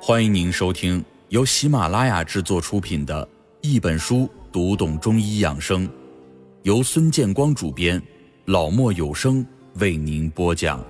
欢迎您收听由喜马拉雅制作出品的一本书读懂中医养生，由孙建光主编，老墨有声为您播讲。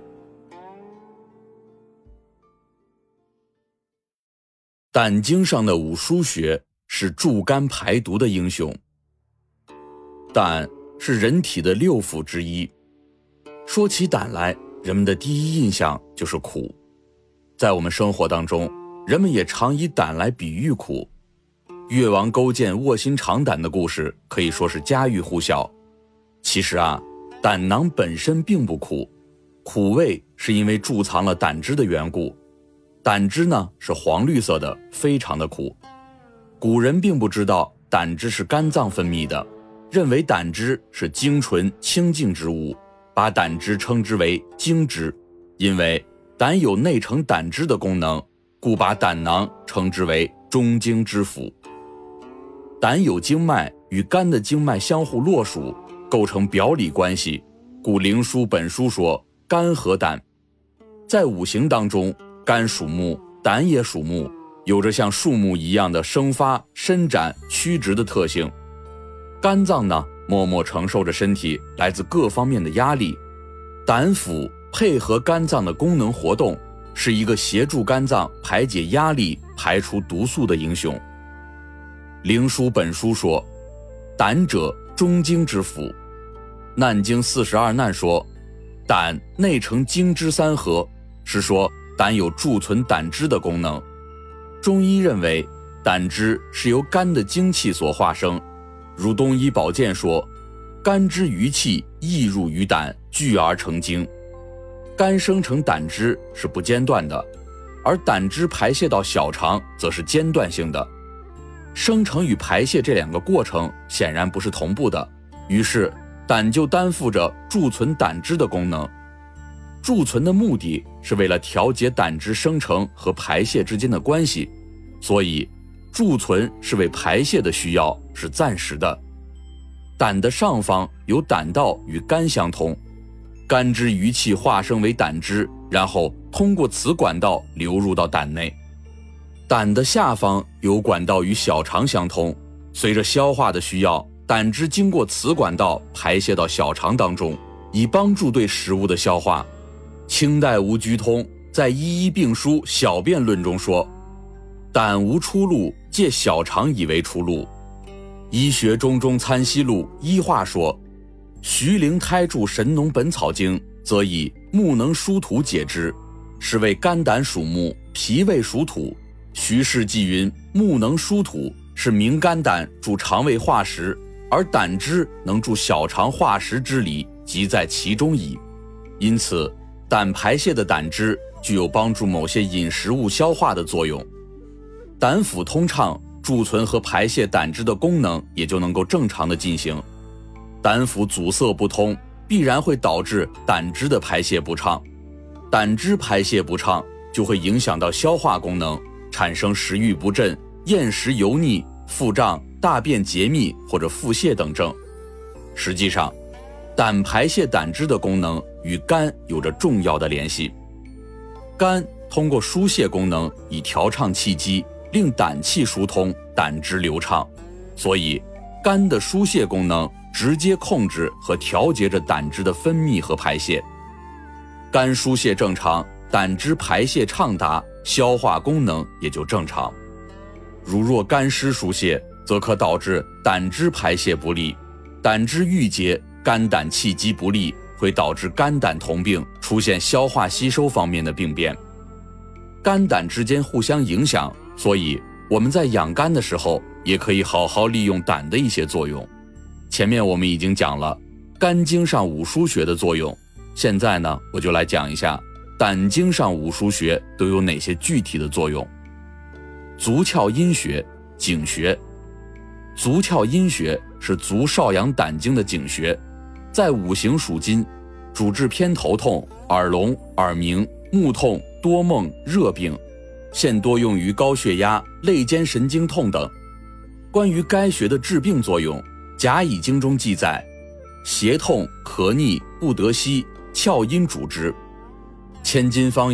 胆经上的五腧穴是助肝排毒的英雄。胆是人体的六腑之一，说起胆来，人们的第一印象就是苦。在我们生活当中，人们也常以胆来比喻苦。越王勾践卧薪尝胆的故事可以说是家喻户晓。其实胆囊本身并不苦，苦味是因为贮藏了胆汁的缘故。胆汁呢是黄绿色的，非常的苦。古人并不知道胆汁是肝脏分泌的，认为胆汁是精纯清净之物，把胆汁称之为精汁。因为胆有内承胆汁的功能，故把胆囊称之为中经之府。胆有经脉与肝的经脉相互络属，构成表里关系，故灵枢本书说肝和胆。在五行当中，肝属木，胆也属木，有着像树木一样的生发、伸展、曲直的特性。肝脏呢，默默承受着身体来自各方面的压力，胆腑配合肝脏的功能活动，是一个协助肝脏排解压力、排除毒素的英雄。灵枢本书说，胆者中经之府。难经42难说，胆内承精汁三合，是说胆有贮存胆汁的功能。中医认为，胆汁是由肝的精气所化生，如东医保健说，肝之余气溢入于胆，聚而成精。肝生成胆汁是不间断的，而胆汁排泄到小肠则是间断性的。生成与排泄这两个过程显然不是同步的，于是胆就担负着贮存胆汁的功能。贮存的目的是为了调节胆汁生成和排泄之间的关系，所以贮存是为排泄的需要，是暂时的。胆的上方有胆道与肝相通，肝之余气化生为胆汁，然后通过此管道流入到胆内。胆的下方有管道与小肠相通，随着消化的需要，胆汁经过此管道排泄到小肠当中，以帮助对食物的消化。清代吴居通在《医医病书小便论》中说，胆无出路，借小肠以为出路。医学中参析录医话说，徐陵胎注神农本草经，则以木能疏土解之，是为肝胆属木，脾胃属土。徐氏纪云，木能疏土，是明肝胆助肠胃化食，而胆汁能助小肠化食之理，即在其中矣。因此胆排泄的胆汁具有帮助某些饮食物消化的作用。胆腑通畅，贮存和排泄胆汁的功能也就能够正常的进行。胆腑阻塞不通，必然会导致胆汁的排泄不畅。胆汁排泄不畅，就会影响到消化功能，产生食欲不振、厌食油腻、腹胀、大便结密或者腹泻等症。实际上，胆排泄胆汁的功能与肝有着重要的联系。肝通过疏泄功能以调畅气机，令胆气疏通，胆汁流畅，所以肝的疏泄功能直接控制和调节着胆汁的分泌和排泄。肝疏泄正常，胆汁排泄畅达，消化功能也就正常。如若肝湿疏泄，则可导致胆汁排泄不利，胆汁郁结，肝胆气机不利，会导致肝胆同病，出现消化吸收方面的病变。肝胆之间互相影响，所以我们在养肝的时候，也可以好好利用胆的一些作用。前面我们已经讲了肝经上五腧穴的作用，现在呢，我就来讲一下胆经上五腧穴都有哪些具体的作用。足窍阴穴，井穴。足窍阴穴是足少阳胆经的井穴，在五行属金，主治偏头痛、耳聋、耳鸣、目痛、多梦、热病，现多用于高血压、肋间神经痛等。关于该穴的治病作用，甲乙经中记载，胁痛、咳逆、不得息，窍阴主之。千金方有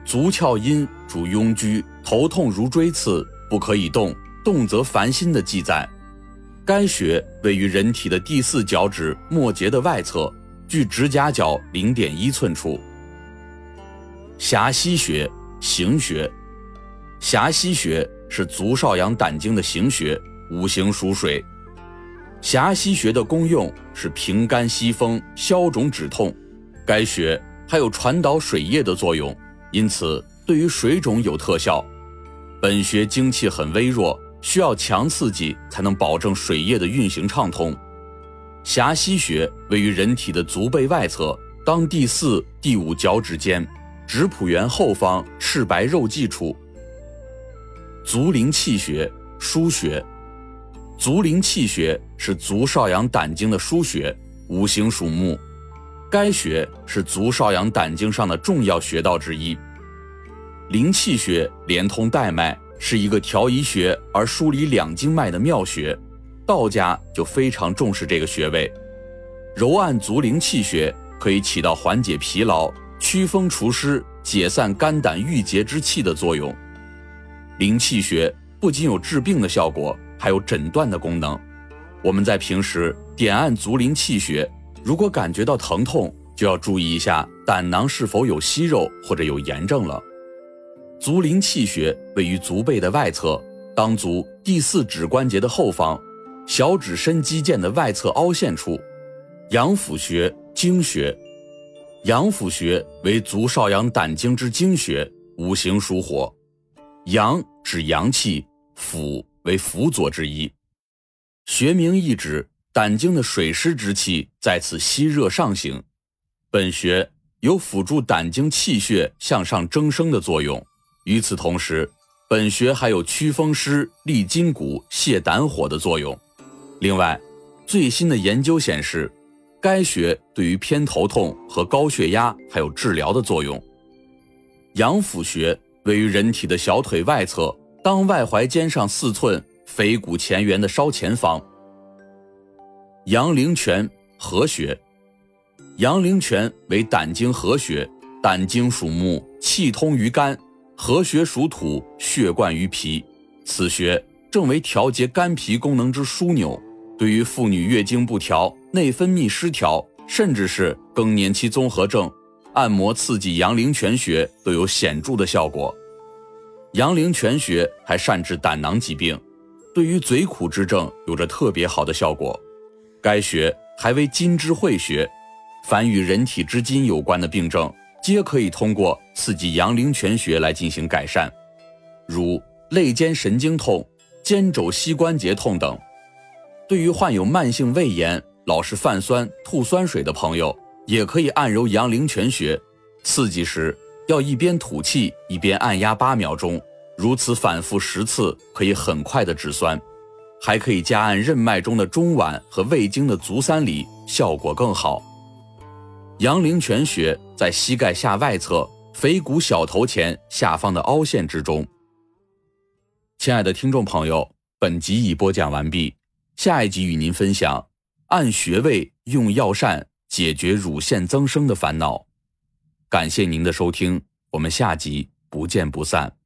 足窍阴主痈疽，头痛如锥刺，不可以动，动则烦心的记载。该穴位于人体的第4脚趾末节的外侧，距指甲角0.1寸处。狭溪穴，行穴。狭溪穴是足少阳胆经的行穴，五行属水。狭溪穴的功用是平肝息风、消肿止痛，该穴还有传导水液的作用，因此对于水肿有特效。本穴精气很微弱，需要强刺激才能保证水液的运行畅通。狭溪穴位于人体的足背外侧，当第4、第5脚趾间，指蹼缘后方赤白肉际处。足灵气穴，腧穴。足灵气穴是足少阳胆经的腧穴，五行属木。该穴是足少阳胆经上的重要穴道之一。灵气穴连通带脉，是一个调宜穴而梳理两经脉的妙穴，道家就非常重视这个穴位。揉按足灵气穴可以起到缓解疲劳、祛风除湿、解散肝胆郁结之气的作用。灵气穴不仅有治病的效果，还有诊断的功能。我们在平时点按足灵气穴，如果感觉到疼痛，就要注意一下胆囊是否有息肉或者有炎症了。足灵气穴位于足背的外侧，当足第4指关节的后方，小指伸肌腱的外侧凹陷处。阳府穴，经穴。阳府穴为足少阳胆经之经穴，五行属火。阳指阳气，府为辅佐之一。学名意指胆经的水湿之气在此吸热上行。本穴有辅助胆经气血向上蒸升的作用。与此同时，本穴还有祛风湿、利筋骨、泻胆火的作用。另外，最新的研究显示，该穴对于偏头痛和高血压还有治疗的作用。阳府穴位于人体的小腿外侧，当外踝尖上4寸腓骨前缘的稍前方。阳陵泉，合穴。阳陵泉为胆经合穴，胆经属木，气通于肝，合穴属土，血贯于脾。此穴正为调节肝脾功能之枢纽，对于妇女月经不调、内分泌失调，甚至是更年期综合症，按摩刺激阳陵泉穴都有显著的效果。阳陵泉穴还善治胆囊疾病，对于嘴苦之症有着特别好的效果。该穴还为筋之会穴，凡与人体之筋有关的病症，皆可以通过刺激阳陵泉穴来进行改善，如肋间神经痛、肩肘膝关节痛等。对于患有慢性胃炎、老是泛酸、吐酸水的朋友，也可以按揉阳陵泉穴，刺激时要一边吐气一边按压8秒钟，如此反复10次，可以很快的止酸。还可以加按任脉中的中脘和胃经的足三里，效果更好。阳陵泉穴在膝盖下外侧腓骨小头前下方的凹陷之中。亲爱的听众朋友，本集已播讲完毕，下一集与您分享按穴位用药膳解决乳腺增生的烦恼。感谢您的收听，我们下集不见不散。